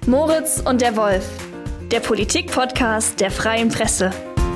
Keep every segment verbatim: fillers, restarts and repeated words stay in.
Moritz und der Wolf, der Politik-Podcast der Freien Presse.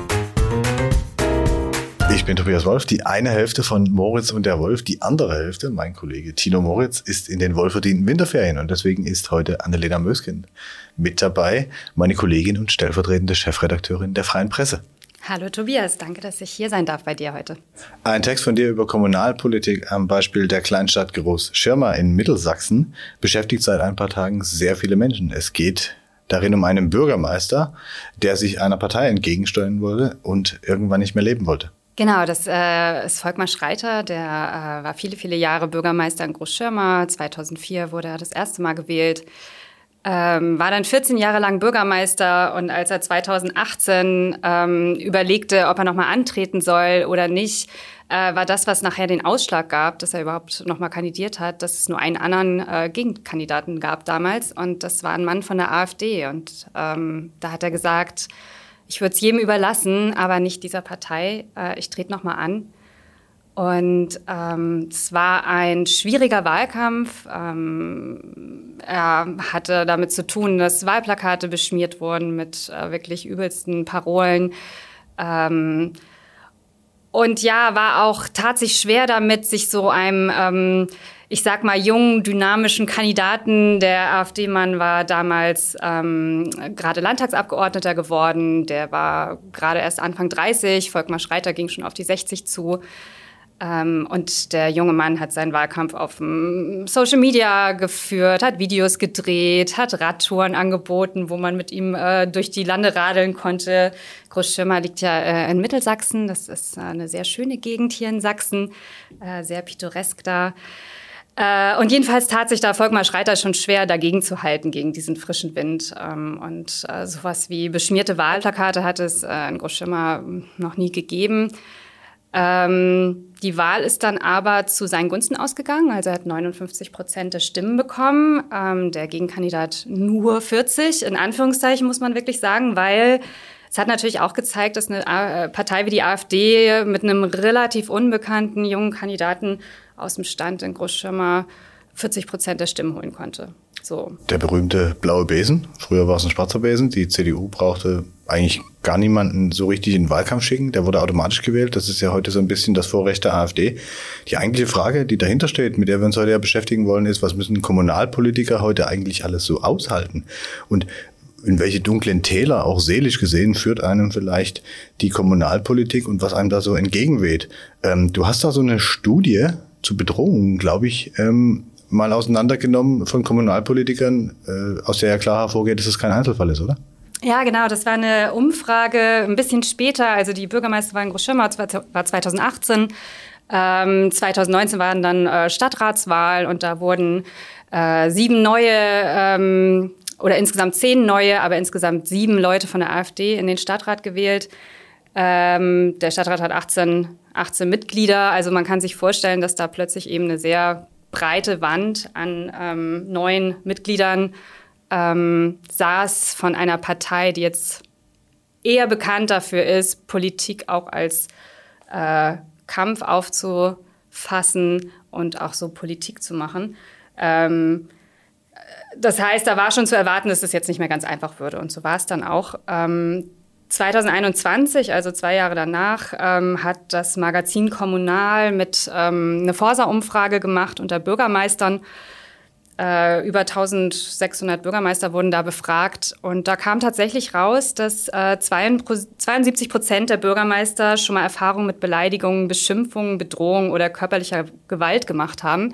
Ich bin Tobias Wolf, die eine Hälfte von Moritz und der Wolf. Die andere Hälfte, mein Kollege Tino Moritz, ist in den wohlverdienten Winterferien. Und deswegen ist heute Annalena Möschen mit dabei, meine Kollegin und stellvertretende Chefredakteurin der Freien Presse. Hallo Tobias, danke, dass ich hier sein darf bei dir heute. Ein Text von dir über Kommunalpolitik am Beispiel der Kleinstadt Groß-Schirma in Mittelsachsen beschäftigt seit ein paar Tagen sehr viele Menschen. Es geht darin um einen Bürgermeister, der sich einer Partei entgegensteuern wollte und irgendwann nicht mehr leben wollte. Genau, das äh, ist Volkmar Schreiter, der äh, war viele, viele Jahre Bürgermeister in Groß-Schirma. zweitausendvier wurde er das erste Mal gewählt. Ähm, war dann vierzehn Jahre lang Bürgermeister und als er zweitausendachtzehn ähm, überlegte, ob er nochmal antreten soll oder nicht, äh, war das, was nachher den Ausschlag gab, dass er überhaupt nochmal kandidiert hat, dass es nur einen anderen äh, Gegenkandidaten gab damals und das war ein Mann von der AfD und ähm, da hat er gesagt, ich würde es jedem überlassen, aber nicht dieser Partei, äh, ich trete nochmal an. Und ähm, es war ein schwieriger Wahlkampf. Ähm, er hatte damit zu tun, dass Wahlplakate beschmiert wurden mit äh, wirklich übelsten Parolen. Ähm, und ja, war auch tatsächlich schwer damit, sich so einem, ähm, ich sag mal, jungen, dynamischen Kandidaten, der AfD-Mann war damals ähm, gerade Landtagsabgeordneter geworden. Der war gerade erst Anfang dreißig. Volkmar Schreiter ging schon auf die sechzig zu. Ähm, und der junge Mann hat seinen Wahlkampf auf um, Social Media geführt, hat Videos gedreht, hat Radtouren angeboten, wo man mit ihm äh, durch die Lande radeln konnte. Groß-Schirma liegt ja äh, in Mittelsachsen. Das ist äh, eine sehr schöne Gegend hier in Sachsen, äh, sehr pittoresk da. Äh, und jedenfalls tat sich da Volkmar Schreiter schon schwer, dagegen zu halten, gegen diesen frischen Wind. Ähm, und äh, sowas wie beschmierte Wahlplakate hat es äh, in Groß-Schirma noch nie gegeben. Ähm, die Wahl ist dann aber zu seinen Gunsten ausgegangen. Also er hat neunundfünfzig Prozent der Stimmen bekommen. Ähm, der Gegenkandidat nur vierzig, in Anführungszeichen muss man wirklich sagen, weil es hat natürlich auch gezeigt, dass eine A- Partei wie die AfD mit einem relativ unbekannten jungen Kandidaten aus dem Stand in Groß-Schirma vierzig Prozent der Stimmen holen konnte. So. Der berühmte blaue Besen, früher war es ein schwarzer Besen, die C D U brauchte eigentlich gar niemanden so richtig in den Wahlkampf schicken, der wurde automatisch gewählt, das ist ja heute so ein bisschen das Vorrecht der AfD. Die eigentliche Frage, die dahinter steht, mit der wir uns heute ja beschäftigen wollen, ist, was müssen Kommunalpolitiker heute eigentlich alles so aushalten und in welche dunklen Täler, auch seelisch gesehen, führt einem vielleicht die Kommunalpolitik und was einem da so entgegenweht. Ähm, du hast da so eine Studie zu Bedrohungen, glaube ich, ähm, mal auseinandergenommen von Kommunalpolitikern, äh, aus der ja klar hervorgeht, dass es kein Einzelfall ist, oder? Ja, genau. Das war eine Umfrage ein bisschen später. Also die Bürgermeisterwahl in Groß-Schirma war zweitausendachtzehn. Ähm, zweitausendneunzehn waren dann äh, Stadtratswahl und da wurden äh, sieben neue ähm, oder insgesamt zehn neue, aber insgesamt sieben Leute von der AfD in den Stadtrat gewählt. Ähm, der Stadtrat hat achtzehn, achtzehn Mitglieder. Also man kann sich vorstellen, dass da plötzlich eben eine sehr breite Wand an ähm, neuen Mitgliedern ähm, saß von einer Partei, die jetzt eher bekannt dafür ist, Politik auch als äh, Kampf aufzufassen und auch so Politik zu machen. Ähm, das heißt, da war schon zu erwarten, dass es jetzt nicht mehr ganz einfach würde. Und so war es dann auch. Ähm, zweitausendeinundzwanzig, also zwei Jahre danach, ähm, hat das Magazin Kommunal mit ähm, eine Forsa-Umfrage gemacht unter Bürgermeistern. Äh, über eintausendsechshundert Bürgermeister wurden da befragt. Und da kam tatsächlich raus, dass äh, zweiundsiebzig Prozent der Bürgermeister schon mal Erfahrungen mit Beleidigungen, Beschimpfungen, Bedrohung oder körperlicher Gewalt gemacht haben.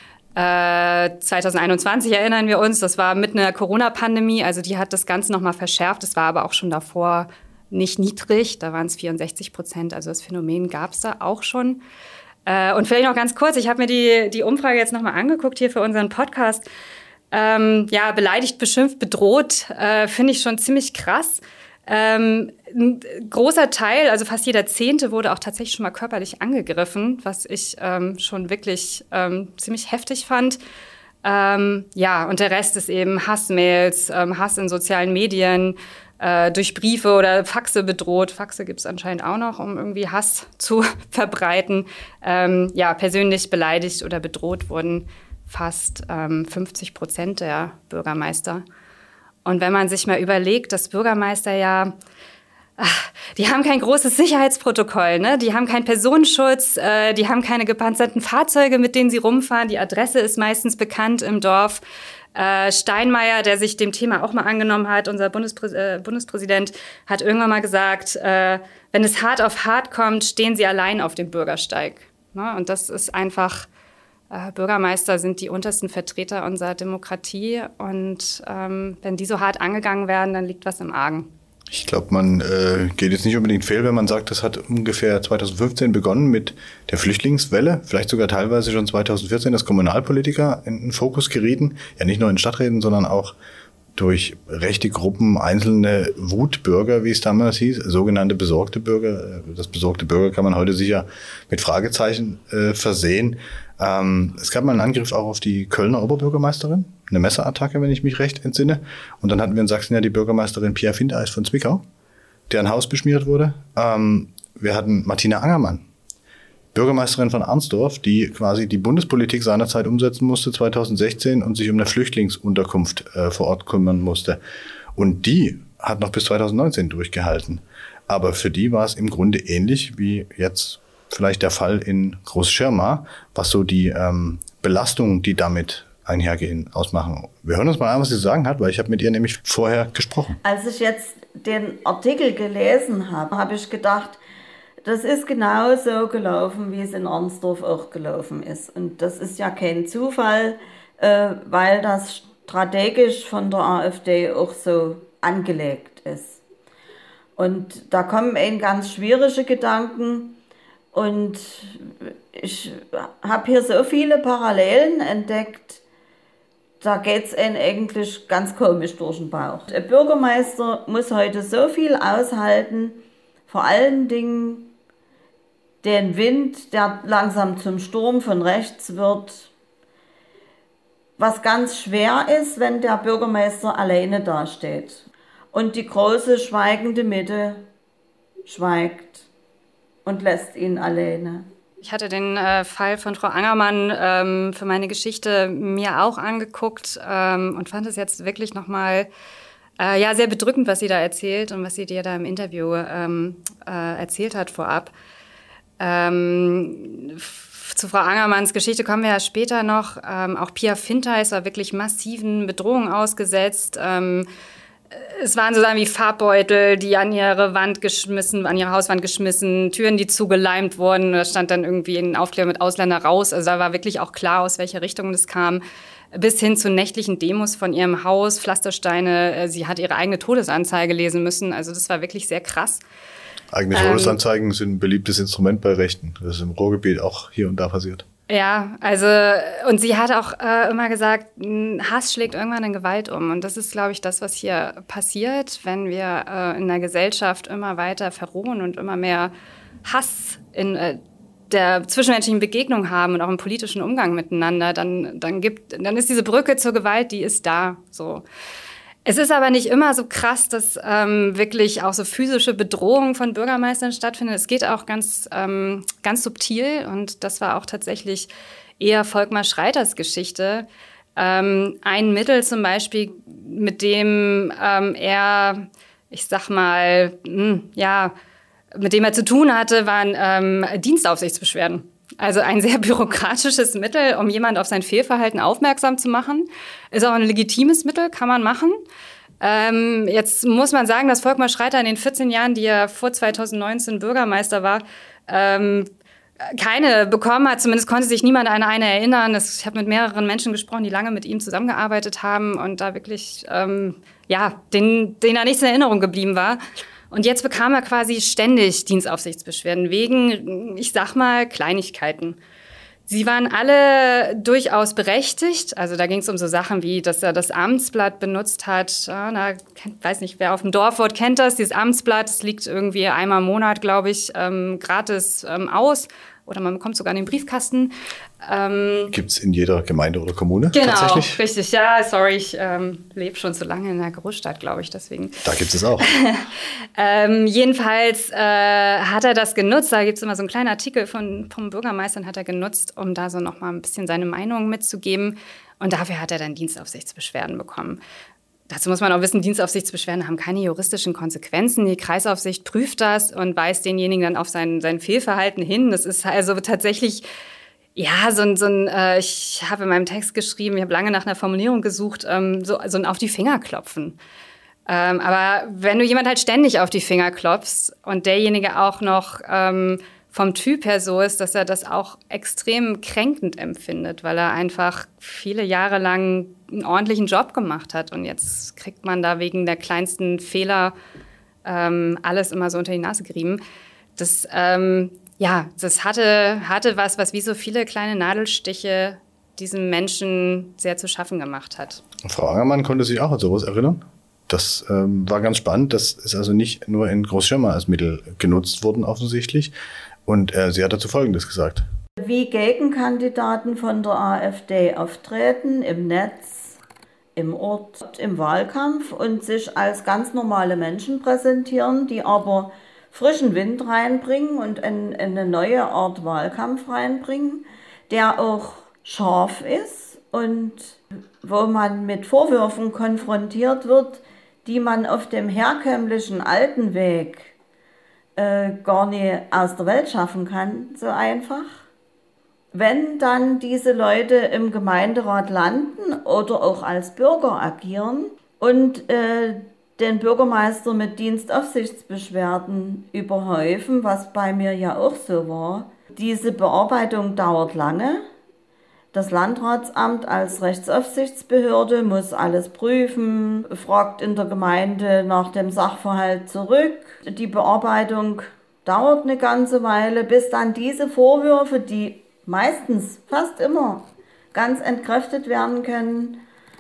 Äh, zweitausendeinundzwanzig erinnern wir uns, das war mitten in der Corona-Pandemie, also die hat das Ganze noch mal verschärft. Das war aber auch schon davor nicht niedrig, da waren es vierundsechzig Prozent, also das Phänomen gab es da auch schon. Äh, und vielleicht noch ganz kurz, ich habe mir die, die Umfrage jetzt noch mal angeguckt hier für unseren Podcast. Ähm, ja, beleidigt, beschimpft, bedroht, äh, finde ich schon ziemlich krass. Ähm, ein großer Teil, also fast jeder Zehnte, wurde auch tatsächlich schon mal körperlich angegriffen, was ich ähm, schon wirklich ähm, ziemlich heftig fand. Ähm, ja, und der Rest ist eben Hassmails, ähm, Hass in sozialen Medien, äh, durch Briefe oder Faxe bedroht. Faxe gibt es anscheinend auch noch, um irgendwie Hass zu verbreiten. Ähm, ja, persönlich beleidigt oder bedroht wurden fast ähm, fünfzig Prozent der Bürgermeister. Und wenn man sich mal überlegt, dass Bürgermeister ja, ach, die haben kein großes Sicherheitsprotokoll, ne? Die haben keinen Personenschutz, äh, die haben keine gepanzerten Fahrzeuge, mit denen sie rumfahren. Die Adresse ist meistens bekannt im Dorf. Äh, Steinmeier, der sich dem Thema auch mal angenommen hat, unser Bundesprä- äh, Bundespräsident, hat irgendwann mal gesagt, äh, wenn es hart auf hart kommt, stehen sie allein auf dem Bürgersteig. Ne? Und das ist einfach, äh, Bürgermeister sind die untersten Vertreter unserer Demokratie. Und ähm, wenn die so hart angegangen werden, dann liegt was im Argen. Ich glaube, man äh, geht jetzt nicht unbedingt fehl, wenn man sagt, das hat ungefähr zweitausendfünfzehn begonnen mit der Flüchtlingswelle, vielleicht sogar teilweise schon zweitausendvierzehn, dass Kommunalpolitiker in den Fokus gerieten, ja nicht nur in Stadträten, sondern auch durch rechte Gruppen, einzelne Wutbürger, wie es damals hieß, sogenannte besorgte Bürger. Das besorgte Bürger kann man heute sicher mit Fragezeichen äh, versehen. Ähm, es gab mal einen Angriff auch auf die Kölner Oberbürgermeisterin, eine Messerattacke, wenn ich mich recht entsinne. Und dann hatten wir in Sachsen ja die Bürgermeisterin Pia Findeis von Zwickau, deren Haus beschmiert wurde. Ähm, wir hatten Martina Angermann, Bürgermeisterin von Arnsdorf, die quasi die Bundespolitik seinerzeit umsetzen musste, zweitausendsechzehn, und sich um eine Flüchtlingsunterkunft äh, vor Ort kümmern musste. Und die hat noch bis zweitausendneunzehn durchgehalten. Aber für die war es im Grunde ähnlich wie jetzt vielleicht der Fall in Großschirma, was so die ähm, Belastungen, die damit einhergehen, ausmachen. Wir hören uns mal an, was sie zu sagen hat, weil ich habe mit ihr nämlich vorher gesprochen. Als ich jetzt den Artikel gelesen habe, habe ich gedacht, das ist genau so gelaufen, wie es in Arnsdorf auch gelaufen ist. Und das ist ja kein Zufall, äh, weil das strategisch von der AfD auch so angelegt ist. Und da kommen eben ganz schwierige Gedanken. Und ich habe hier so viele Parallelen entdeckt, da geht es einem eigentlich ganz komisch durch den Bauch. Der Bürgermeister muss heute so viel aushalten, vor allen Dingen den Wind, der langsam zum Sturm von rechts wird, was ganz schwer ist, wenn der Bürgermeister alleine dasteht. Und die große schweigende Mitte schweigt und lässt ihn alleine. Ich hatte den äh, Fall von Frau Angermann ähm, für meine Geschichte mir auch angeguckt ähm, und fand es jetzt wirklich nochmal äh, ja, sehr bedrückend, was sie da erzählt und was sie dir da im Interview ähm, äh, erzählt hat vorab. Ähm, zu Frau Angermanns Geschichte kommen wir ja später noch. Ähm, auch Pia Findeis war wirklich massiven Bedrohungen ausgesetzt. Ähm, es waren so Sachen wie Farbbeutel, die an ihre Wand geschmissen, an ihre Hauswand geschmissen, Türen, die zugeleimt wurden. Da stand dann irgendwie ein Aufkleber mit Ausländer raus. Also da war wirklich auch klar, aus welcher Richtung das kam. Bis hin zu nächtlichen Demos von ihrem Haus, Pflastersteine. Sie hat ihre eigene Todesanzeige lesen müssen. Also das war wirklich sehr krass. Eigene Todesanzeigen ähm, sind ein beliebtes Instrument bei Rechten. Das ist im Ruhrgebiet auch hier und da passiert. Ja, also, und sie hat auch äh, immer gesagt, Hass schlägt irgendwann in Gewalt um. Und das ist, glaube ich, das, was hier passiert, wenn wir äh, in der Gesellschaft immer weiter verrohen und immer mehr Hass in äh, der zwischenmenschlichen Begegnung haben und auch im politischen Umgang miteinander, dann, dann gibt, dann ist diese Brücke zur Gewalt, die ist da, so. Es ist aber nicht immer so krass, dass ähm, wirklich auch so physische Bedrohungen von Bürgermeistern stattfinden. Es geht auch ganz, ähm, ganz subtil und das war auch tatsächlich eher Volkmar Schreiters Geschichte. Ähm, ein Mittel zum Beispiel, mit dem ähm, er, ich sag mal, mh, ja, mit dem er zu tun hatte, waren ähm, Dienstaufsichtsbeschwerden. Also ein sehr bürokratisches Mittel, um jemand auf sein Fehlverhalten aufmerksam zu machen. Ist auch ein legitimes Mittel, kann man machen. Ähm, jetzt muss man sagen, dass Volkmar Schreiter in den vierzehn Jahren, die er vor zweitausendneunzehn Bürgermeister war, ähm, keine bekommen hat. Zumindest konnte sich niemand an eine erinnern. Das, ich habe mit mehreren Menschen gesprochen, die lange mit ihm zusammengearbeitet haben und da wirklich, ähm, ja, denen, denen da nichts in Erinnerung geblieben war. Und jetzt bekam er quasi ständig Dienstaufsichtsbeschwerden wegen, ich sag mal, Kleinigkeiten. Sie waren alle durchaus berechtigt. Also da ging es um so Sachen wie, dass er das Amtsblatt benutzt hat. Ja, na, weiß nicht, wer auf dem Dorfwort kennt das. Dieses Amtsblatt, das liegt irgendwie einmal im Monat, glaube ich, ähm, gratis ähm, aus. Oder man bekommt sogar in den Briefkasten. Ähm, Gibt es in jeder Gemeinde oder Kommune genau, tatsächlich? Genau, richtig. Ja, sorry, ich ähm, lebe schon so lange in einer Großstadt, glaube ich, deswegen. Da gibt es auch. ähm, jedenfalls äh, hat er das genutzt. Da gibt es immer so einen kleinen Artikel von, vom Bürgermeister, hat er genutzt, um da so noch mal ein bisschen seine Meinung mitzugeben. Und dafür hat er dann Dienstaufsichtsbeschwerden bekommen. Dazu muss man auch wissen, Dienstaufsichtsbeschwerden haben keine juristischen Konsequenzen. Die Kreisaufsicht prüft das und weist denjenigen dann auf sein, sein Fehlverhalten hin. Das ist also tatsächlich, ja, so ein, so ein äh, ich habe in meinem Text geschrieben, ich habe lange nach einer Formulierung gesucht, ähm, so, so ein auf die Finger klopfen. Ähm, aber wenn du jemand halt ständig auf die Finger klopfst und derjenige auch noch ähm, vom Typ her so ist, dass er das auch extrem kränkend empfindet, weil er einfach viele Jahre lang einen ordentlichen Job gemacht hat und jetzt kriegt man da wegen der kleinsten Fehler ähm, alles immer so unter die Nase gerieben. Das, ähm, ja, das hatte, hatte was, was wie so viele kleine Nadelstiche diesem Menschen sehr zu schaffen gemacht hat. Frau Angermann konnte sich auch an sowas erinnern. Das ähm, war ganz spannend. Das ist also nicht nur in Großschirma als Mittel genutzt worden offensichtlich. Und äh, sie hat dazu Folgendes gesagt. Wie Gegenkandidaten von der AfD auftreten im Netz, im Ort, im Wahlkampf und sich als ganz normale Menschen präsentieren, die aber frischen Wind reinbringen und in, in eine neue Art Wahlkampf reinbringen, der auch scharf ist und wo man mit Vorwürfen konfrontiert wird, die man auf dem herkömmlichen alten Weg äh, gar nicht aus der Welt schaffen kann, so einfach. Wenn dann diese Leute im Gemeinderat landen oder auch als Bürger agieren und äh, den Bürgermeister mit Dienstaufsichtsbeschwerden überhäufen, was bei mir ja auch so war. Diese Bearbeitung dauert lange. Das Landratsamt als Rechtsaufsichtsbehörde muss alles prüfen, fragt in der Gemeinde nach dem Sachverhalt zurück. Die Bearbeitung dauert eine ganze Weile, bis dann diese Vorwürfe, die meistens, fast immer, ganz entkräftet werden können,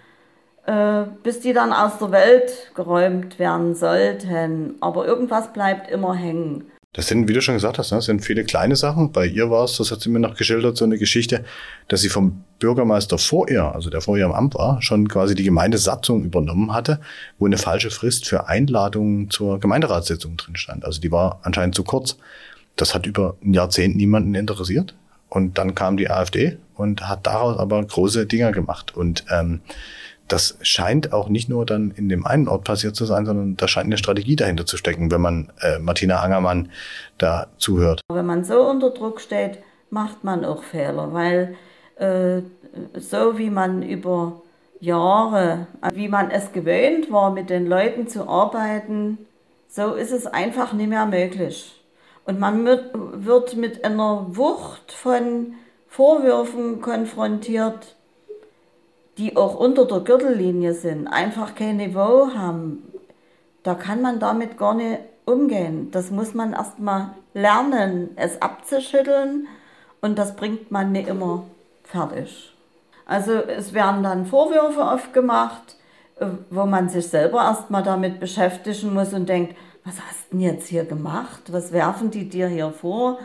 äh, bis die dann aus der Welt geräumt werden sollten. Aber irgendwas bleibt immer hängen. Das sind, wie du schon gesagt hast, das sind viele kleine Sachen. Bei ihr war es, das hat sie mir noch geschildert, so eine Geschichte, dass sie vom Bürgermeister vor ihr, also der vor ihr im Amt war, schon quasi die Gemeindesatzung übernommen hatte, wo eine falsche Frist für Einladungen zur Gemeinderatssitzung drin stand. Also die war anscheinend zu kurz. Das hat über ein Jahrzehnt niemanden interessiert. Und dann kam die AfD und hat daraus aber große Dinger gemacht. Und ähm, das scheint auch nicht nur dann in dem einen Ort passiert zu sein, sondern da scheint eine Strategie dahinter zu stecken, wenn man äh, Martina Angermann da zuhört. Wenn man so unter Druck steht, macht man auch Fehler, weil äh, so wie man über Jahre, wie man es gewöhnt war, mit den Leuten zu arbeiten, so ist es einfach nicht mehr möglich. Und man wird mit einer Wucht von Vorwürfen konfrontiert, die auch unter der Gürtellinie sind, einfach kein Niveau haben. Da kann man damit gar nicht umgehen. Das muss man erst mal lernen, es abzuschütteln, und das bringt man nicht immer fertig. Also es werden dann Vorwürfe aufgemacht, wo man sich selber erst mal damit beschäftigen muss und denkt, was hast du denn jetzt hier gemacht? Was werfen die dir hier vor?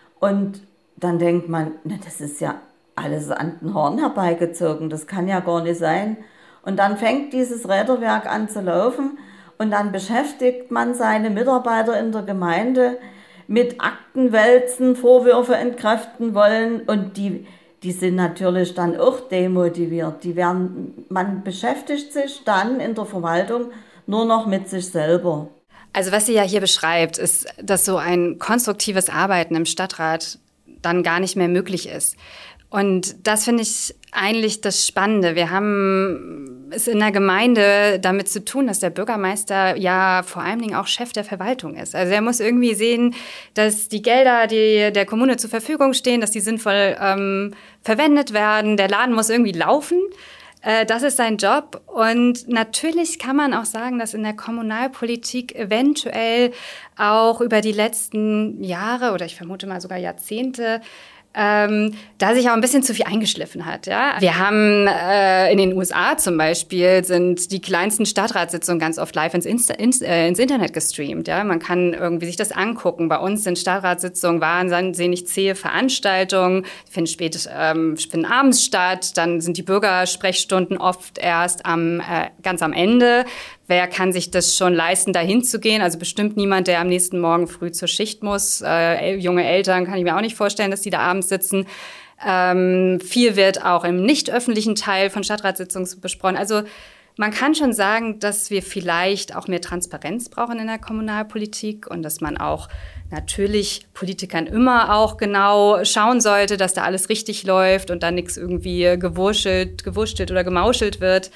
Und dann denkt man, na, das ist ja alles an den Horn herbeigezogen, das kann ja gar nicht sein. Und dann fängt dieses Räderwerk an zu laufen und dann beschäftigt man seine Mitarbeiter in der Gemeinde mit Aktenwälzen, Vorwürfe entkräften wollen, und die, die sind natürlich dann auch demotiviert. Die werden, man beschäftigt sich dann in der Verwaltung nur noch mit sich selber. Also was sie ja hier beschreibt, ist, dass so ein konstruktives Arbeiten im Stadtrat dann gar nicht mehr möglich ist. Und das finde ich eigentlich das Spannende. Wir haben es in der Gemeinde damit zu tun, dass der Bürgermeister ja vor allen Dingen auch Chef der Verwaltung ist. Also er muss irgendwie sehen, dass die Gelder, die der Kommune zur Verfügung stehen, dass die sinnvoll ähm, verwendet werden. Der Laden muss irgendwie laufen. Äh, das ist sein Job. Und natürlich kann man auch sagen, dass in der Kommunalpolitik eventuell auch über die letzten Jahre oder ich vermute mal sogar Jahrzehnte Ähm, da sich auch ein bisschen zu viel eingeschliffen hat. Ja? Wir haben äh, in den U S A zum Beispiel sind die kleinsten Stadtratssitzungen ganz oft live ins, Insta, ins, äh, ins Internet gestreamt. Ja? Man kann irgendwie sich das angucken. Bei uns sind Stadtratssitzungen wahnsinnig zähe Veranstaltungen, die finden spät, ähm, finden abends statt. Dann sind die Bürgersprechstunden oft erst am, äh, ganz am Ende. Wer kann sich das schon leisten, da hinzugehen? Also bestimmt niemand, der am nächsten Morgen früh zur Schicht muss. Äh, junge Eltern kann ich mir auch nicht vorstellen, dass die da abends sitzen. Ähm, viel wird auch im nicht öffentlichen Teil von Stadtratssitzungen besprochen. Also Man kann schon sagen, dass wir vielleicht auch mehr Transparenz brauchen in der Kommunalpolitik und dass man auch natürlich Politikern immer auch genau schauen sollte, dass da alles richtig läuft und da nichts irgendwie gewurschtelt, gewurschtelt oder gemauschelt wird.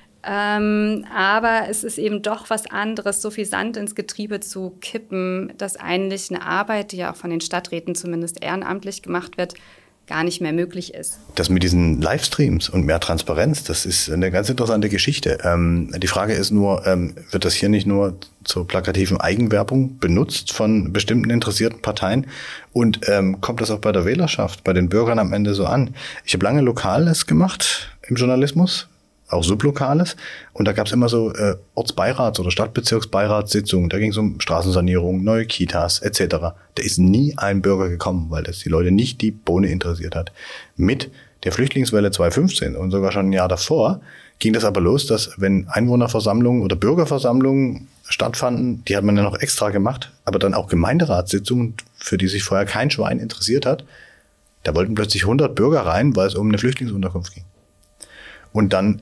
Ähm, aber es ist eben doch was anderes, so viel Sand ins Getriebe zu kippen, dass eigentlich eine Arbeit, die ja auch von den Stadträten zumindest ehrenamtlich gemacht wird, gar nicht mehr möglich ist. Das mit diesen Livestreams und mehr Transparenz, das ist eine ganz interessante Geschichte. Ähm, die Frage ist nur, ähm, wird das hier nicht nur zur plakativen Eigenwerbung benutzt von bestimmten interessierten Parteien? Und ähm, kommt das auch bei der Wählerschaft, bei den Bürgern am Ende so an? Ich habe lange Lokales gemacht im Journalismus, auch Sublokales. Und da gab es immer so äh, Ortsbeirats- oder Stadtbezirksbeiratssitzungen. Da ging es um Straßensanierung, neue Kitas et cetera. Da ist nie ein Bürger gekommen, weil das die Leute nicht die Bohne interessiert hat. Mit der Flüchtlingswelle zweitausendfünfzehn und sogar schon ein Jahr davor ging das aber los, dass wenn Einwohnerversammlungen oder Bürgerversammlungen stattfanden, die hat man ja noch extra gemacht, aber dann auch Gemeinderatssitzungen, für die sich vorher kein Schwein interessiert hat, da wollten plötzlich hundert Bürger rein, weil es um eine Flüchtlingsunterkunft ging. Und dann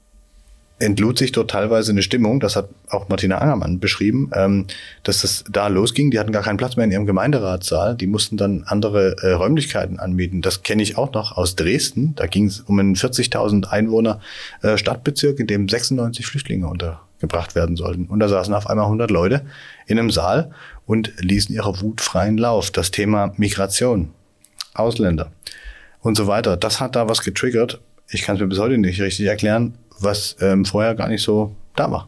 entlud sich dort teilweise eine Stimmung, das hat auch Martina Angermann beschrieben, ähm, dass es da losging. Die hatten gar keinen Platz mehr in ihrem Gemeinderatssaal. Die mussten dann andere äh, Räumlichkeiten anmieten. Das kenne ich auch noch aus Dresden. Da ging es um einen vierzigtausend Einwohner äh, Stadtbezirk, in dem sechsundneunzig Flüchtlinge untergebracht werden sollten. Und da saßen auf einmal hundert Leute in einem Saal und ließen ihrer Wut freien Lauf. Das Thema Migration, Ausländer und so weiter, das hat da was getriggert. Ich kann es mir bis heute nicht richtig erklären, was ähm, vorher gar nicht so da war.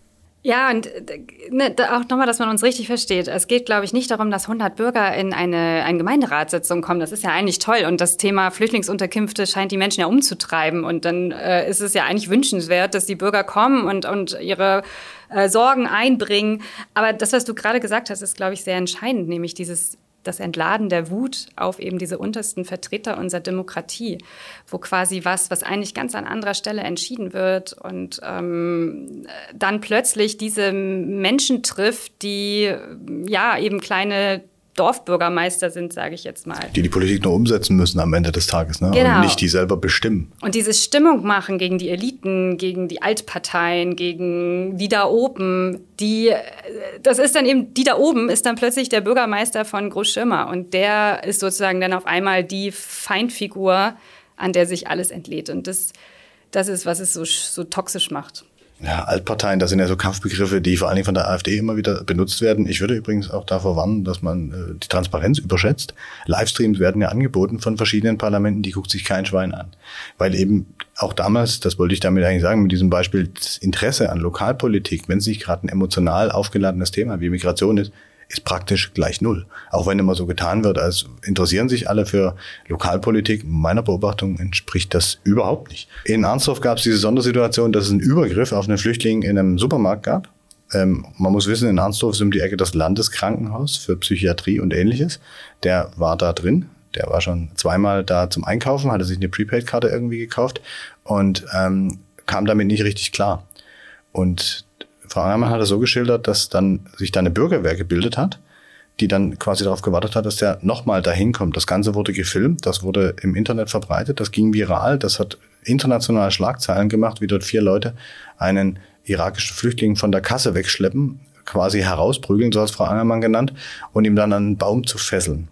Ja, und ne, auch nochmal, dass man uns richtig versteht. Es geht, glaube ich, nicht darum, dass hundert Bürger in eine, eine Gemeinderatssitzung kommen. Das ist ja eigentlich toll. Und das Thema Flüchtlingsunterkünfte scheint die Menschen ja umzutreiben. Und dann äh, ist es ja eigentlich wünschenswert, dass die Bürger kommen und, und ihre äh, Sorgen einbringen. Aber das, was du gerade gesagt hast, ist, glaube ich, sehr entscheidend, nämlich dieses das Entladen der Wut auf eben diese untersten Vertreter unserer Demokratie, wo quasi was, was eigentlich ganz an anderer Stelle entschieden wird und ähm, dann plötzlich diese Menschen trifft, die ja eben kleine Dorfbürgermeister sind, sage ich jetzt mal. Die die Politik nur umsetzen müssen am Ende des Tages, ne? Genau. Und nicht die selber bestimmen. Und dieses Stimmung machen gegen die Eliten, gegen die Altparteien, gegen die da oben, die, das ist dann eben, die da oben ist dann plötzlich der Bürgermeister von Großschirmer und der ist sozusagen dann auf einmal die Feindfigur, an der sich alles entlädt. Und das, das ist, was es so, so toxisch macht. Ja, Altparteien, das sind ja so Kampfbegriffe, die vor allen Dingen von der AfD immer wieder benutzt werden. Ich würde übrigens auch davor warnen, dass man äh, die Transparenz überschätzt. Livestreams werden ja angeboten von verschiedenen Parlamenten, die guckt sich kein Schwein an. Weil eben auch damals, das wollte ich damit eigentlich sagen, mit diesem Beispiel, das Interesse an Lokalpolitik, wenn es nicht gerade ein emotional aufgeladenes Thema wie Migration ist, ist praktisch gleich null. Auch wenn immer so getan wird, als interessieren sich alle für Lokalpolitik. Meiner Beobachtung entspricht das überhaupt nicht. In Arnstorf gab es diese Sondersituation, dass es einen Übergriff auf einen Flüchtling in einem Supermarkt gab. Ähm, man muss wissen, in Arnstorf ist um die Ecke das Landeskrankenhaus für Psychiatrie und Ähnliches. Der war da drin. Der war schon zweimal da zum Einkaufen, hatte sich eine Prepaid-Karte irgendwie gekauft und ähm, kam damit nicht richtig klar. Und Frau Angermann hat es so geschildert, dass dann sich da eine Bürgerwehr gebildet hat, die dann quasi darauf gewartet hat, dass der nochmal dahin kommt. Das Ganze wurde gefilmt, das wurde im Internet verbreitet, das ging viral, das hat international Schlagzeilen gemacht, wie dort vier Leute einen irakischen Flüchtling von der Kasse wegschleppen, quasi herausprügeln, so hat es Frau Angermann genannt, und ihm dann an einen Baum zu fesseln.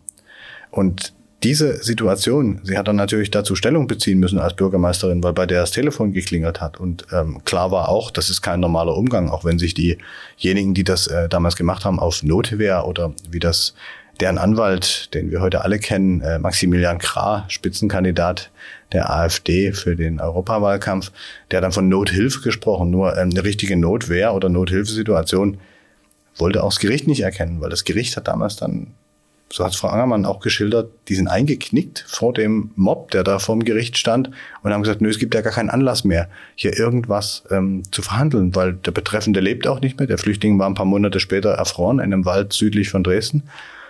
Und diese Situation, sie hat dann natürlich dazu Stellung beziehen müssen als Bürgermeisterin, weil bei der das Telefon geklingelt hat. Und ähm, klar war auch, das ist kein normaler Umgang, auch wenn sich diejenigen, die das äh, damals gemacht haben, auf Notwehr oder wie das deren Anwalt, den wir heute alle kennen, äh, Maximilian Krah, Spitzenkandidat der AfD für den Europawahlkampf, der hat dann von Nothilfe gesprochen. Nur ähm, eine richtige Notwehr oder Nothilfesituation wollte auch das Gericht nicht erkennen, weil das Gericht hat damals dann, so hat Frau Angermann auch geschildert, die sind eingeknickt vor dem Mob, der da vor dem Gericht stand und haben gesagt, nö, es gibt ja gar keinen Anlass mehr, hier irgendwas ähm, zu verhandeln, weil der Betreffende lebt auch nicht mehr. Der Flüchtling war ein paar Monate später erfroren in einem Wald südlich von Dresden.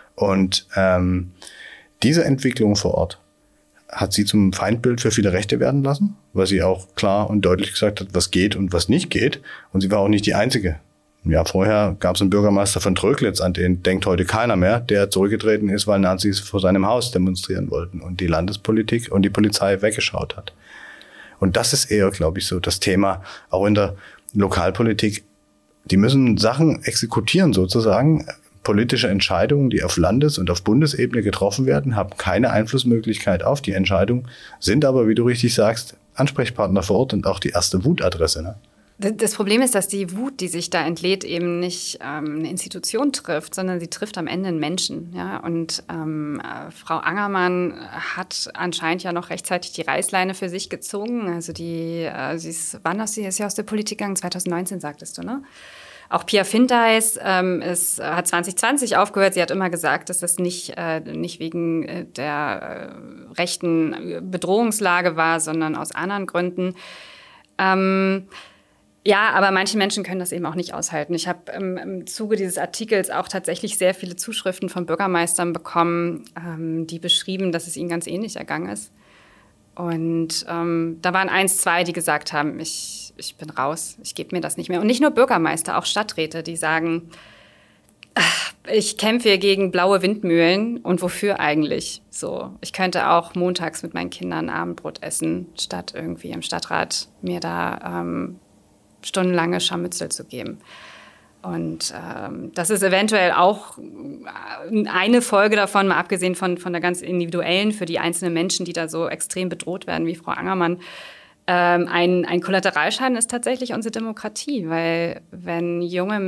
Und ähm, diese Entwicklung vor Ort hat sie zum Feindbild für viele Rechte werden lassen, weil sie auch klar und deutlich gesagt hat, was geht und was nicht geht. Und sie war auch nicht die Einzige. Ein Jahr vorher gab es einen Bürgermeister von Tröglitz, an den denkt heute keiner mehr, der zurückgetreten ist, weil Nazis vor seinem Haus demonstrieren wollten und die Landespolitik und die Polizei weggeschaut hat. Und das ist eher, glaube ich, so das Thema, auch in der Lokalpolitik. Die müssen Sachen exekutieren sozusagen. Politische Entscheidungen, die auf Landes- und auf Bundesebene getroffen werden, haben keine Einflussmöglichkeit auf die Entscheidung, sind aber, wie du richtig sagst, Ansprechpartner vor Ort und auch die erste Wutadresse. Ne? Das Problem ist, dass die Wut, die sich da entlädt, eben nicht ähm, eine Institution trifft, sondern sie trifft am Ende einen Menschen. Ja? Und ähm, äh, Frau Angermann hat anscheinend ja noch rechtzeitig die Reißleine für sich gezogen. Also die, äh, sie ist, wann ist sie, ist sie aus der Politik gegangen? zwanzig neunzehn, sagtest du, ne? Auch Pia Findeis ähm, ist, hat zwanzig zwanzig aufgehört. Sie hat immer gesagt, dass das nicht, äh, nicht wegen äh, der äh, rechten Bedrohungslage war, sondern aus anderen Gründen. Ähm, ja, aber manche Menschen können das eben auch nicht aushalten. Ich habe ähm, im Zuge dieses Artikels auch tatsächlich sehr viele Zuschriften von Bürgermeistern bekommen, ähm, die beschrieben, dass es ihnen ganz ähnlich ergangen ist. Und ähm, da waren eins, zwei, die gesagt haben, ich, ich bin raus, ich gebe mir das nicht mehr. Und nicht nur Bürgermeister, auch Stadträte, die sagen, ach, ich kämpfe hier gegen blaue Windmühlen und wofür eigentlich? So, ich könnte auch montags mit meinen Kindern Abendbrot essen, statt irgendwie im Stadtrat mir da ähm, stundenlange Scharmützel zu geben. Und ähm, das ist eventuell auch eine Folge davon, mal abgesehen von, von der ganz individuellen, für die einzelnen Menschen, die da so extrem bedroht werden, wie Frau Angermann. Ähm, ein, ein Kollateralschaden ist tatsächlich unsere Demokratie, weil wenn junge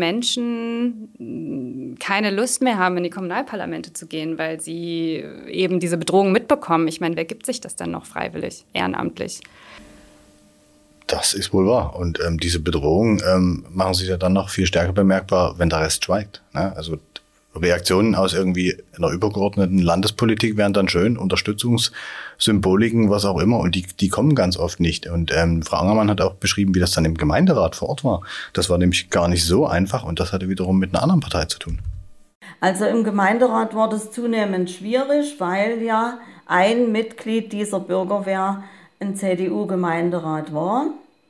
Menschen keine Lust mehr haben, in die Kommunalparlamente zu gehen, weil sie eben diese Bedrohung mitbekommen, ich meine, wer gibt sich das dann noch freiwillig, ehrenamtlich? Das ist wohl wahr. Und ähm, diese Bedrohungen ähm, machen sich ja dann noch viel stärker bemerkbar, wenn der Rest schweigt. Ne? Also Reaktionen aus irgendwie einer übergeordneten Landespolitik wären dann schön, Unterstützungssymboliken, was auch immer. Und die, die kommen ganz oft nicht. Und ähm, Frau Angermann hat auch beschrieben, wie das dann im Gemeinderat vor Ort war. Das war nämlich gar nicht so einfach und das hatte wiederum mit einer anderen Partei zu tun. Also im Gemeinderat war das zunehmend schwierig, weil ja ein Mitglied dieser Bürgerwehr ein C D U-Gemeinderat war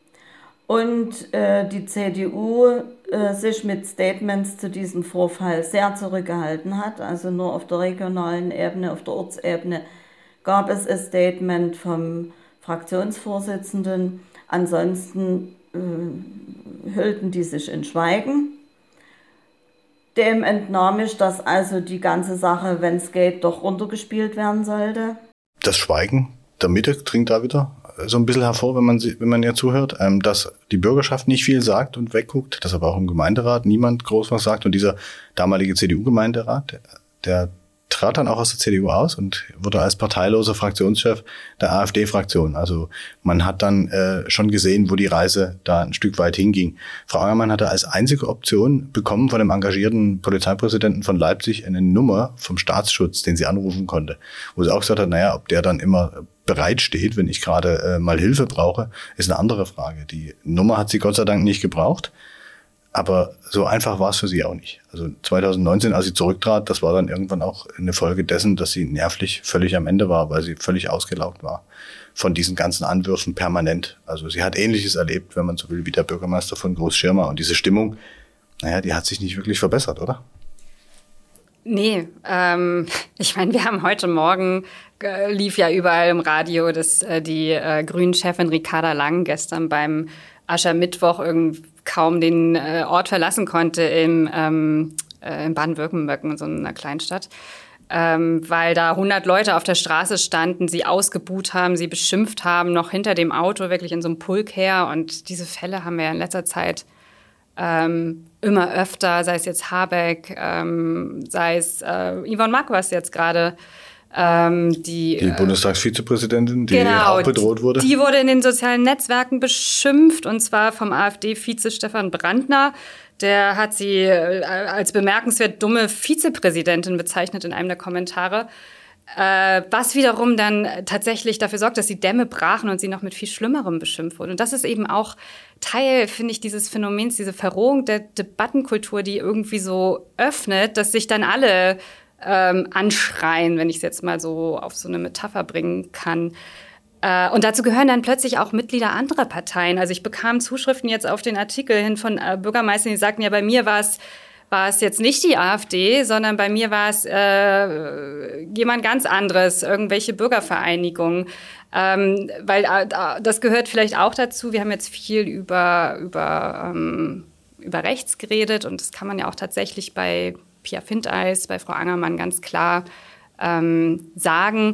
und äh, die C D U äh, sich mit Statements zu diesem Vorfall sehr zurückgehalten hat. Also nur auf der regionalen Ebene, auf der Ortsebene gab es ein Statement vom Fraktionsvorsitzenden. Ansonsten äh, hüllten die sich in Schweigen. Dem entnahm ich, dass also die ganze Sache, wenn es geht, doch runtergespielt werden sollte. Das Schweigen der Mitte dringt da wieder so ein bisschen hervor, wenn man sie, wenn man ihr zuhört, ähm, dass die Bürgerschaft nicht viel sagt und wegguckt, dass aber auch im Gemeinderat niemand groß was sagt. Und dieser damalige C D U-Gemeinderat, der, der trat dann auch aus der C D U aus und wurde als parteiloser Fraktionschef der AfD-Fraktion. Also man hat dann äh, schon gesehen, wo die Reise da ein Stück weit hinging. Frau Angermann hatte als einzige Option bekommen von dem engagierten Polizeipräsidenten von Leipzig eine Nummer vom Staatsschutz, den sie anrufen konnte. Wo sie auch gesagt hat, naja, ob der dann immer bereit steht, wenn ich gerade äh, mal Hilfe brauche, ist eine andere Frage. Die Nummer hat sie Gott sei Dank nicht gebraucht. Aber so einfach war es für sie auch nicht. Also zwanzig neunzehn, als sie zurücktrat, das war dann irgendwann auch eine Folge dessen, dass sie nervlich völlig am Ende war, weil sie völlig ausgelaugt war von diesen ganzen Anwürfen permanent. Also sie hat Ähnliches erlebt, wenn man so will, wie der Bürgermeister von Großschirma. Und diese Stimmung, naja, die hat sich nicht wirklich verbessert, oder? Nee, ähm, ich meine, wir haben heute Morgen, äh, lief ja überall im Radio, dass äh, die äh, Grünen-Chefin Ricarda Lang gestern beim Aschermittwoch irgendwie kaum den äh, Ort verlassen konnte im, ähm, äh, in Baden-Württemberg, in so einer Kleinstadt, ähm, weil da hundert Leute auf der Straße standen, sie ausgebuht haben, sie beschimpft haben, noch hinter dem Auto wirklich in so einem Pulk her. Und diese Fälle haben wir ja in letzter Zeit ähm, immer öfter, sei es jetzt Habeck, ähm, sei es äh, Yvonne Marquardt jetzt gerade, Ähm, die, die Bundestagsvizepräsidentin, die genau, auch bedroht wurde. Die, die wurde in den sozialen Netzwerken beschimpft, und zwar vom AfD-Vize Stefan Brandner. Der hat sie als bemerkenswert dumme Vizepräsidentin bezeichnet in einem der Kommentare. Äh, was wiederum dann tatsächlich dafür sorgt, dass die Dämme brachen und sie noch mit viel Schlimmerem beschimpft wurde. Und das ist eben auch Teil, finde ich, dieses Phänomens, diese Verrohung der Debattenkultur, die irgendwie so öffnet, dass sich dann alle Ähm, anschreien, wenn ich es jetzt mal so auf so eine Metapher bringen kann. Äh, und dazu gehören dann plötzlich auch Mitglieder anderer Parteien. Also ich bekam Zuschriften jetzt auf den Artikel hin von äh, Bürgermeistern, die sagten, ja, bei mir war es war es jetzt nicht die AfD, sondern bei mir war es äh, jemand ganz anderes, irgendwelche Bürgervereinigungen. Ähm, weil äh, das gehört vielleicht auch dazu. Wir haben jetzt viel über, über, ähm, über rechts geredet und das kann man ja auch tatsächlich bei Pia Finteis, bei Frau Angermann ganz klar ähm, sagen.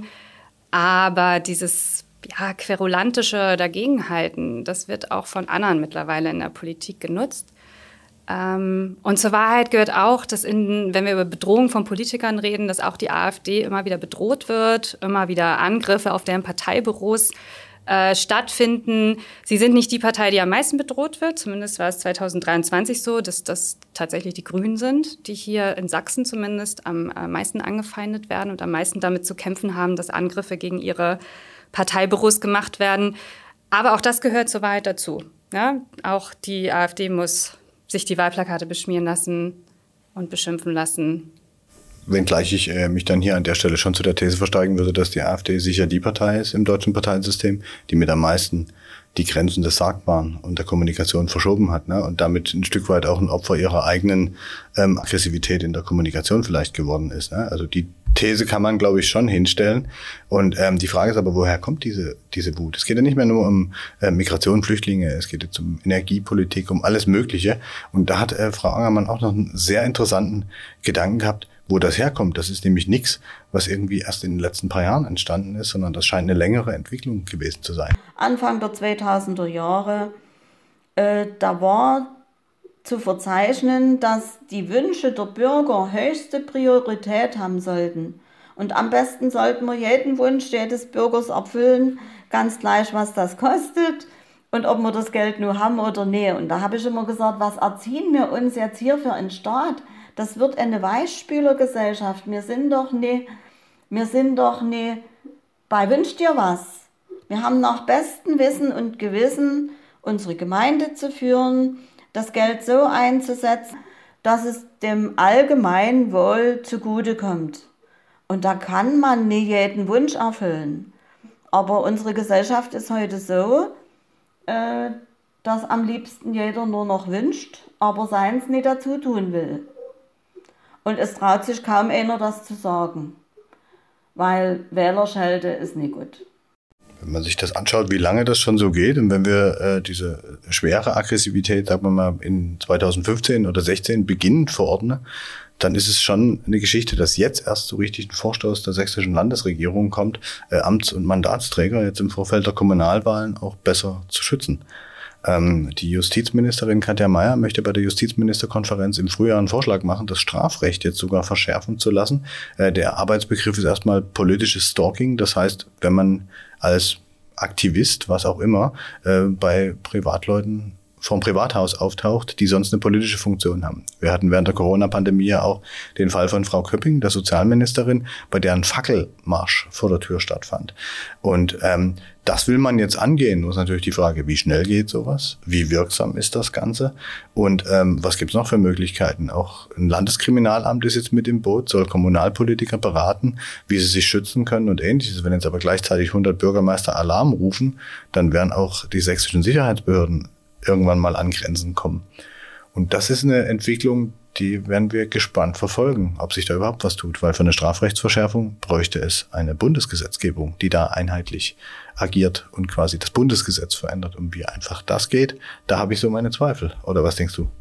Aber dieses ja, querulantische Dagegenhalten, das wird auch von anderen mittlerweile in der Politik genutzt. Ähm, und zur Wahrheit gehört auch, dass in, wenn wir über Bedrohung von Politikern reden, dass auch die AfD immer wieder bedroht wird, immer wieder Angriffe auf deren Parteibüros äh, stattfinden. Sie sind nicht die Partei, die am meisten bedroht wird. Zumindest war es zwanzig dreiundzwanzig so, dass das tatsächlich die Grünen sind, die hier in Sachsen zumindest am äh, meisten angefeindet werden und am meisten damit zu kämpfen haben, dass Angriffe gegen ihre Parteibüros gemacht werden. Aber auch das gehört zur Wahrheit dazu. Ja? Auch die AfD muss sich die Wahlplakate beschmieren lassen und beschimpfen lassen. Wenngleich ich äh, mich dann hier an der Stelle schon zu der These versteigen würde, dass die AfD sicher die Partei ist im deutschen Parteiensystem, die mit am meisten die Grenzen des Sagbaren und der Kommunikation verschoben hat, ne? Und damit ein Stück weit auch ein Opfer ihrer eigenen ähm, Aggressivität in der Kommunikation vielleicht geworden ist. Ne? Also die These kann man, glaube ich, schon hinstellen. Und ähm, die Frage ist aber, woher kommt diese diese Wut? Es geht ja nicht mehr nur um äh, Migration, Flüchtlinge, es geht jetzt um Energiepolitik, um alles Mögliche. Und da hat äh, Frau Angermann auch noch einen sehr interessanten Gedanken gehabt, wo das herkommt. Das ist nämlich nichts, was irgendwie erst in den letzten paar Jahren entstanden ist, sondern das scheint eine längere Entwicklung gewesen zu sein. Anfang der zweitausender Jahre, äh, da war zu verzeichnen, dass die Wünsche der Bürger höchste Priorität haben sollten. Und am besten sollten wir jeden Wunsch jedes Bürgers erfüllen, ganz gleich, was das kostet und ob wir das Geld nur haben oder nicht. Und da habe ich immer gesagt, was erziehen wir uns jetzt hier für einen Staat? Das wird eine Weichspülergesellschaft. Wir sind doch nicht, wir sind doch nicht bei Wünsch dir was. Wir haben nach bestem Wissen und Gewissen unsere Gemeinde zu führen, das Geld so einzusetzen, dass es dem allgemeinen Wohl zugutekommt. Und da kann man nicht jeden Wunsch erfüllen. Aber unsere Gesellschaft ist heute so, äh, dass am liebsten jeder nur noch wünscht, aber seins nicht dazu tun will. Und es traut sich kaum einer, das zu sagen. Weil Wählerschelte ist nicht gut. Wenn man sich das anschaut, wie lange das schon so geht und wenn wir äh, diese schwere Aggressivität, sagen wir mal, in zweitausendfünfzehn oder sechzehn beginnend verordnen, dann ist es schon eine Geschichte, dass jetzt erst so richtig ein Vorstoß der sächsischen Landesregierung kommt, äh, Amts- und Mandatsträger jetzt im Vorfeld der Kommunalwahlen auch besser zu schützen. Ähm, die Justizministerin Katja Mayer möchte bei der Justizministerkonferenz im Frühjahr einen Vorschlag machen, das Strafrecht jetzt sogar verschärfen zu lassen. Äh, der Arbeitsbegriff ist erstmal politisches Stalking. Das heißt, wenn man als Aktivist, was auch immer, äh, bei Privatleuten vom Privathaus auftaucht, die sonst eine politische Funktion haben. Wir hatten während der Corona-Pandemie ja auch den Fall von Frau Köpping, der Sozialministerin, bei der ein Fackelmarsch vor der Tür stattfand. Und ähm, das will man jetzt angehen. Nur ist natürlich die Frage, wie schnell geht sowas? Wie wirksam ist das Ganze? Und ähm, was gibt's noch für Möglichkeiten? Auch ein Landeskriminalamt ist jetzt mit im Boot, soll Kommunalpolitiker beraten, wie sie sich schützen können und Ähnliches. Wenn jetzt aber gleichzeitig hundert Bürgermeister Alarm rufen, dann werden auch die sächsischen Sicherheitsbehörden irgendwann mal an Grenzen kommen. Und das ist eine Entwicklung, die werden wir gespannt verfolgen, ob sich da überhaupt was tut, weil für eine Strafrechtsverschärfung bräuchte es eine Bundesgesetzgebung, die da einheitlich agiert und quasi das Bundesgesetz verändert. Und wie einfach das geht, da habe ich so meine Zweifel. Oder was denkst du?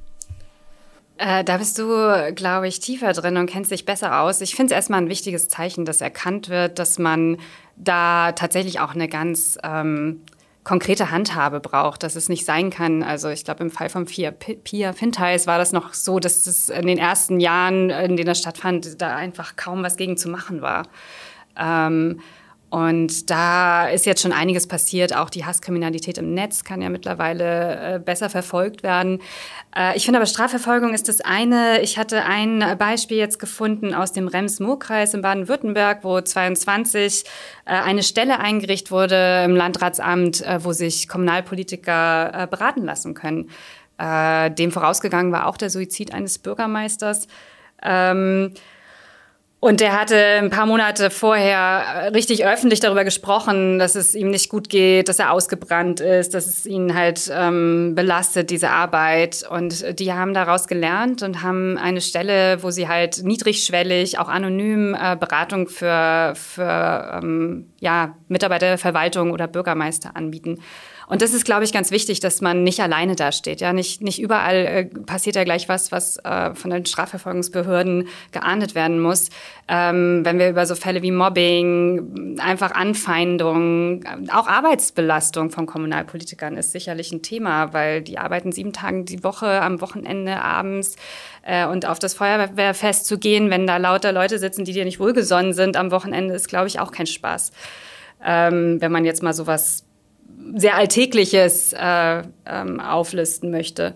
Äh, da bist du, glaube ich, tiefer drin und kennst dich besser aus. Ich finde es erstmal ein wichtiges Zeichen, dass erkannt wird, dass man da tatsächlich auch eine ganz ähm, konkrete Handhabe braucht, dass es nicht sein kann. Also ich glaube, im Fall von Pia, Pia Finteis war das noch so, dass es in den ersten Jahren, in denen das stattfand, da einfach kaum was gegen zu machen war. Ähm, und da ist jetzt schon einiges passiert. Auch die Hasskriminalität im Netz kann ja mittlerweile äh, besser verfolgt werden. Äh, ich finde aber, Strafverfolgung ist das eine. Ich hatte ein Beispiel jetzt gefunden aus dem Rems-Murr-Kreis in Baden-Württemberg, wo zweiundzwanzig äh, eine Stelle eingerichtet wurde im Landratsamt, äh, wo sich Kommunalpolitiker äh, beraten lassen können. Äh, dem vorausgegangen war auch der Suizid eines Bürgermeisters. Ähm, Und der hatte ein paar Monate vorher richtig öffentlich darüber gesprochen, dass es ihm nicht gut geht, dass er ausgebrannt ist, dass es ihn halt ähm, belastet, diese Arbeit. Und die haben daraus gelernt und haben eine Stelle, wo sie halt niedrigschwellig, auch anonym äh, Beratung für, für ähm, ja, Mitarbeiter der Verwaltung oder Bürgermeister anbieten. Und das ist, glaube ich, ganz wichtig, dass man nicht alleine dasteht. Ja, nicht, nicht überall äh, passiert ja gleich was, was äh, von den Strafverfolgungsbehörden geahndet werden muss. Ähm, wenn wir über so Fälle wie Mobbing, einfach Anfeindung, auch Arbeitsbelastung von Kommunalpolitikern ist sicherlich ein Thema, weil die arbeiten sieben Tage die Woche, am Wochenende, abends. Äh, und auf das Feuerwehrfest zu gehen, wenn da lauter Leute sitzen, die dir nicht wohlgesonnen sind am Wochenende, ist, glaube ich, auch kein Spaß. Ähm, wenn man jetzt mal sowas sehr Alltägliches äh, ähm, auflisten möchte.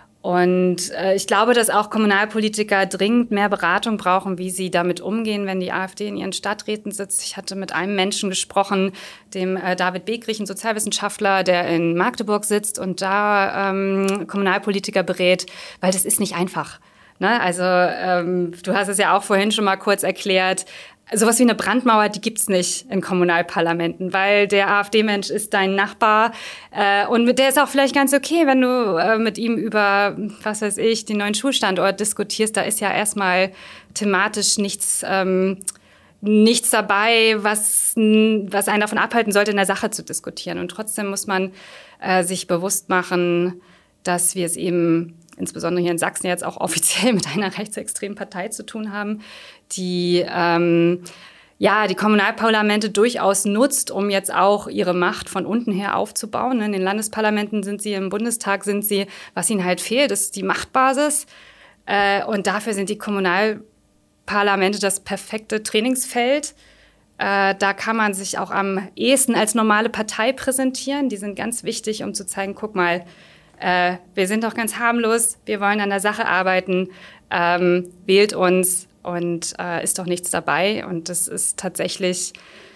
Und äh, ich glaube, dass auch Kommunalpolitiker dringend mehr Beratung brauchen, wie sie damit umgehen, wenn die AfD in ihren Stadträten sitzt. Ich hatte mit einem Menschen gesprochen, dem äh, David Begrich, ein Sozialwissenschaftler, der in Magdeburg sitzt und da ähm, Kommunalpolitiker berät, weil das ist nicht einfach. Ne? Also ähm, du hast es ja auch vorhin schon mal kurz erklärt. Sowas wie eine Brandmauer, die gibt's nicht in Kommunalparlamenten, weil der AfD-Mensch ist dein Nachbar äh, und mit der ist auch vielleicht ganz okay, wenn du äh, mit ihm über, was weiß ich, den neuen Schulstandort diskutierst. Da ist ja erstmal thematisch nichts, ähm, nichts dabei, was, was einen davon abhalten sollte, in der Sache zu diskutieren. Und trotzdem muss man äh, sich bewusst machen, dass wir es eben insbesondere hier in Sachsen jetzt auch offiziell mit einer rechtsextremen Partei zu tun haben, die ähm, ja die Kommunalparlamente durchaus nutzt, um jetzt auch ihre Macht von unten her aufzubauen. In den Landesparlamenten sind sie, im Bundestag sind sie, was ihnen halt fehlt, ist die Machtbasis. Äh, und dafür sind die Kommunalparlamente das perfekte Trainingsfeld. Äh, da kann man sich auch am ehesten als normale Partei präsentieren. Die sind ganz wichtig, um zu zeigen, guck mal, Äh, wir sind doch ganz harmlos, wir wollen an der Sache arbeiten, ähm, wählt uns und äh, ist doch nichts dabei. Und das ist tatsächlich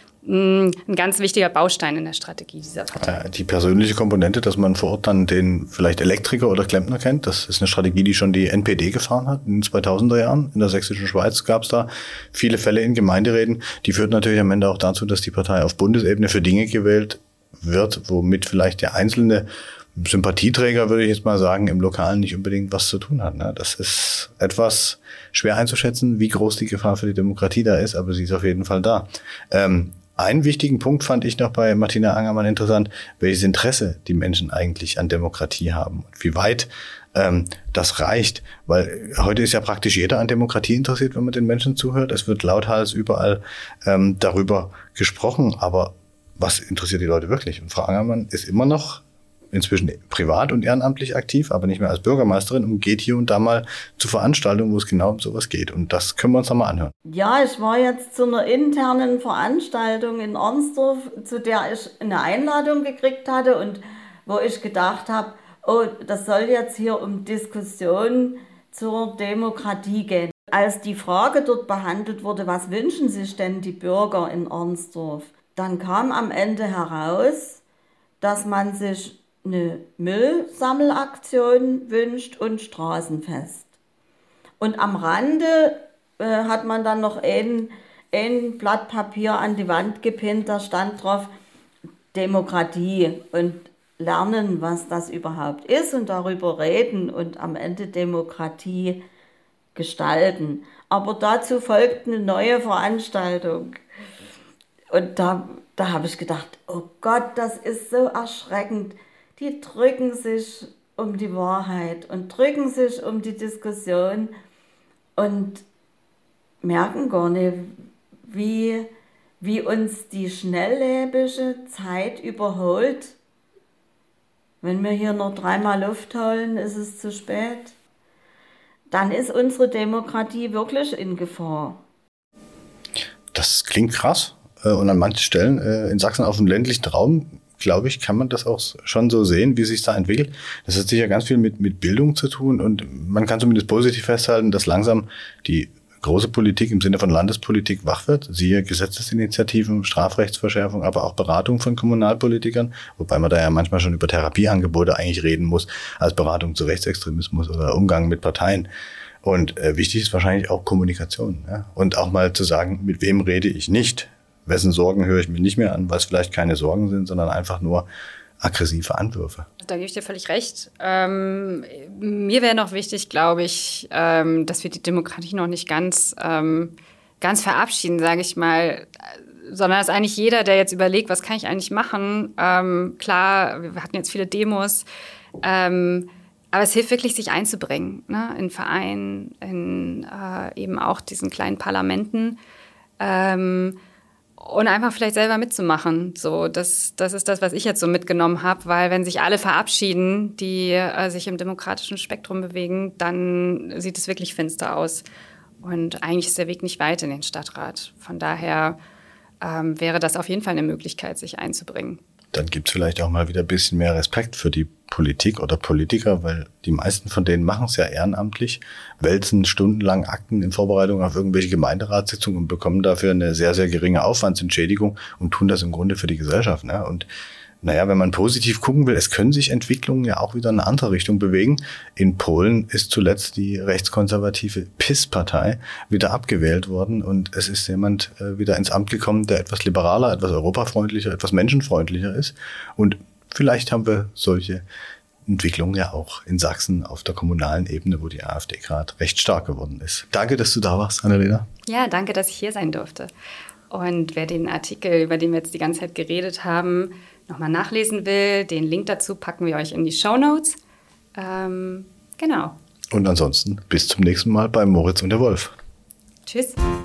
mh, ein ganz wichtiger Baustein in der Strategie dieser Partei. Die persönliche Komponente, dass man vor Ort dann den vielleicht Elektriker oder Klempner kennt, das ist eine Strategie, die schon die N P D gefahren hat in den zweitausender Jahren. In der sächsischen Schweiz gab es da viele Fälle in Gemeinderäten. Die führt natürlich am Ende auch dazu, dass die Partei auf Bundesebene für Dinge gewählt wird, womit vielleicht der einzelne Sympathieträger, würde ich jetzt mal sagen, im Lokalen nicht unbedingt was zu tun hat. Das ist etwas schwer einzuschätzen, wie groß die Gefahr für die Demokratie da ist, aber sie ist auf jeden Fall da. Ähm, einen wichtigen Punkt fand ich noch bei Martina Angermann interessant, welches Interesse die Menschen eigentlich an Demokratie haben und wie weit ähm, das reicht. Weil heute ist ja praktisch jeder an Demokratie interessiert, wenn man den Menschen zuhört. Es wird lauthals überall ähm, darüber gesprochen, aber was interessiert die Leute wirklich? Und Frau Angermann ist immer noch inzwischen privat und ehrenamtlich aktiv, aber nicht mehr als Bürgermeisterin und geht hier und da mal zu Veranstaltungen, wo es genau um sowas geht. Und das können wir uns noch mal anhören. Ja, ich war jetzt zu einer internen Veranstaltung in Arnsdorf, zu der ich eine Einladung gekriegt hatte und wo ich gedacht habe, oh, das soll jetzt hier um Diskussionen zur Demokratie gehen. Als die Frage dort behandelt wurde, was wünschen sich denn die Bürger in Arnsdorf, dann kam am Ende heraus, dass man sich eine Müllsammelaktion wünscht und Straßenfest. Und am Rande äh, hat man dann noch ein, ein Blatt Papier an die Wand gepinnt, da stand drauf Demokratie und lernen, was das überhaupt ist und darüber reden und am Ende Demokratie gestalten. Aber dazu folgt eine neue Veranstaltung. Und da, da habe ich gedacht, oh Gott, das ist so erschreckend. Die drücken sich um die Wahrheit und drücken sich um die Diskussion und merken gar nicht, wie, wie uns die schnelllebige Zeit überholt. Wenn wir hier noch dreimal Luft holen, ist es zu spät. Dann ist unsere Demokratie wirklich in Gefahr. Das klingt krass. Und an manchen Stellen in Sachsen auf dem ländlichen Raum, glaube ich, kann man das auch schon so sehen, wie sich da entwickelt. Das hat sicher ganz viel mit, mit Bildung zu tun und man kann zumindest positiv festhalten, dass langsam die große Politik im Sinne von Landespolitik wach wird. Siehe Gesetzesinitiativen, Strafrechtsverschärfung, aber auch Beratung von Kommunalpolitikern, wobei man da ja manchmal schon über Therapieangebote eigentlich reden muss, als Beratung zu Rechtsextremismus oder Umgang mit Parteien. Und äh, wichtig ist wahrscheinlich auch Kommunikation. Ja? Und auch mal zu sagen, mit wem rede ich nicht? Wessen Sorgen höre ich mir nicht mehr an, weil es vielleicht keine Sorgen sind, sondern einfach nur aggressive Anwürfe. Da gebe ich dir völlig recht. Ähm, mir wäre noch wichtig, glaube ich, ähm, dass wir die Demokratie noch nicht ganz, ähm, ganz verabschieden, sage ich mal, sondern dass eigentlich jeder, der jetzt überlegt, was kann ich eigentlich machen, ähm, klar, wir hatten jetzt viele Demos, ähm, aber es hilft wirklich, sich einzubringen, ne? In Vereinen, in äh, eben auch diesen kleinen Parlamenten. Ähm, Und einfach vielleicht selber mitzumachen. So, das, das ist das, was ich jetzt so mitgenommen habe. Weil wenn sich alle verabschieden, die äh, sich im demokratischen Spektrum bewegen, dann sieht es wirklich finster aus. Und eigentlich ist der Weg nicht weit in den Stadtrat. Von daher ähm, wäre das auf jeden Fall eine Möglichkeit, sich einzubringen. Dann gibt es vielleicht auch mal wieder ein bisschen mehr Respekt für die Politik oder Politiker, weil die meisten von denen machen es ja ehrenamtlich, wälzen stundenlang Akten in Vorbereitung auf irgendwelche Gemeinderatssitzungen und bekommen dafür eine sehr, sehr geringe Aufwandsentschädigung und tun das im Grunde für die Gesellschaft. Ne? Und naja, wenn man positiv gucken will, es können sich Entwicklungen ja auch wieder in eine andere Richtung bewegen. In Polen ist zuletzt die rechtskonservative P I S-Partei wieder abgewählt worden und es ist jemand äh, wieder ins Amt gekommen, der etwas liberaler, etwas europafreundlicher, etwas menschenfreundlicher ist. Und vielleicht haben wir solche Entwicklungen ja auch in Sachsen auf der kommunalen Ebene, wo die AfD gerade recht stark geworden ist. Danke, dass du da warst, Annalena. Ja, danke, dass ich hier sein durfte. Und wer den Artikel, über den wir jetzt die ganze Zeit geredet haben, nochmal nachlesen will, den Link dazu packen wir euch in die Shownotes. Ähm, genau. Und ansonsten bis zum nächsten Mal bei Moritz und der Wolf. Tschüss.